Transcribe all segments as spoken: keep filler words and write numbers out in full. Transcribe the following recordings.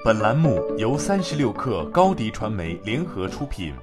本栏目由三十六氪高迪传媒联合出品。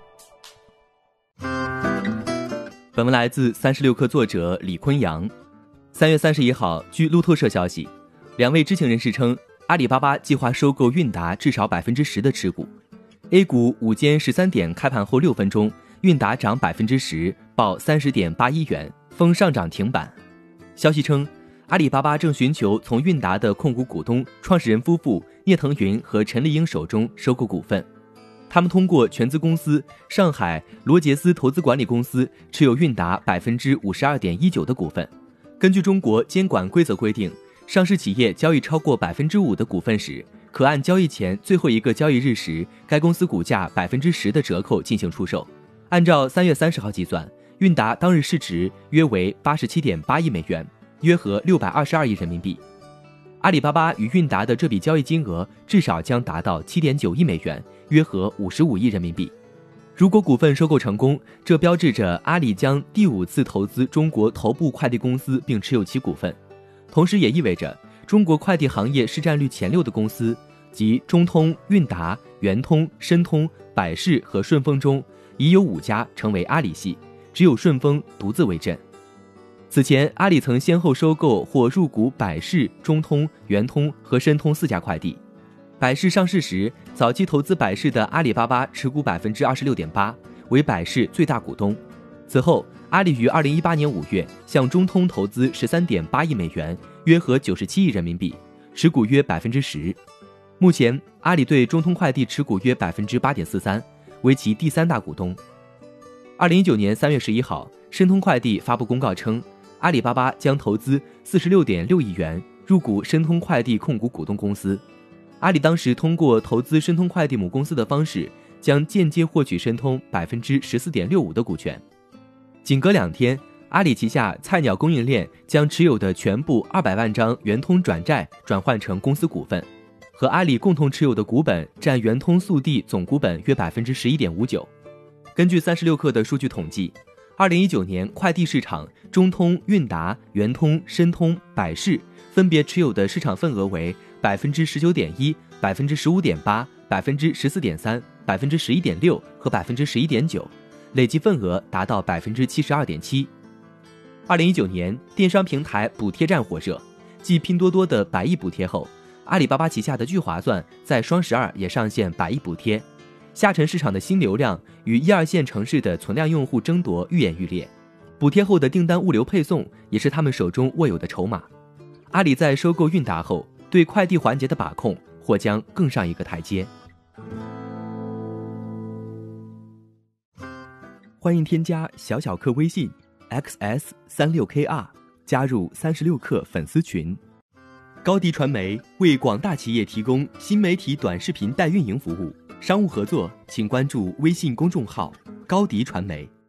本文来自三十六氪作者李坤阳。三月三十一号，据路透社消息，两位知情人士称，阿里巴巴计划收购韵达至少百分之十的持股。A 股午间十三点开盘后六分钟，韵达涨百分之十，报三十点八一元，封上涨停板。消息称，阿里巴巴正寻求从韵达的控股股东、创始人夫妇聂腾云和陈丽英手中收购股份。他们通过全资公司上海罗杰斯投资管理公司持有韵达百分之五十二点一九的股份。根据中国监管规则规定，上市企业交易超过百分之五的股份时，可按交易前最后一个交易日时该公司股价百分之十的折扣进行出售。按照三月三十号计算，韵达当日市值约为八十七点八亿美元，约合六百二十二亿人民币。阿里巴巴与韵达的这笔交易金额至少将达到七点九亿美元，约合五十五亿人民币。如果股份收购成功，这标志着阿里将第五次投资中国头部快递公司并持有其股份，同时也意味着中国快递行业市占率前六的公司，即中通、韵达、圆通、申通、百世和顺丰中，已有五家成为阿里系，只有顺丰独自为阵。此前，阿里曾先后收购或入股百世、中通、圆通和申通四家快递。百世上市时，早期投资百世的阿里巴巴持股百分之二十六点八，为百世最大股东。此后，阿里于二零一八年五月向中通投资十三点八亿美元，约合九十七亿人民币，持股约百分之十。目前，阿里对中通快递持股约百分之八点四三，为其第三大股东。二零一九年三月十一号，申通快递发布公告称，阿里巴巴将投资四十六点六亿元入股申通快递控股股东公司。阿里当时通过投资申通快递母公司的方式，将间接获取申通百分之十四点六五的股权。仅隔两天，阿里旗下菜鸟供应链将持有的全部二百万张圆通转债转换成公司股份，和阿里共同持有的股本占圆通速递总股本约百分之十一点五九。根据三十六氪的数据统计，二零一九年快递市场，中通、韵达、圆通、申通、百世分别持有的市场份额为百分之十九点一、百分之十五点八、百分之十四点三、百分之十一点六和百分之十一点九，累计份额达到百分之七十二点七。二零一九年，电商平台补贴战火热，继拼多多的百亿补贴后，阿里巴巴旗下的聚划算在双十二也上线百亿补贴。下沉市场的新流量与一二线城市的存量用户争夺愈演愈烈，补贴后的订单物流配送也是他们手中握有的筹码。阿里在收购韵达后，对快递环节的把控或将更上一个台阶。欢迎添加小小客微信 X S 三六 K R 加入三十六氪粉丝群。高迪传媒为广大企业提供新媒体短视频代运营服务，商务合作请关注微信公众号高迪传媒。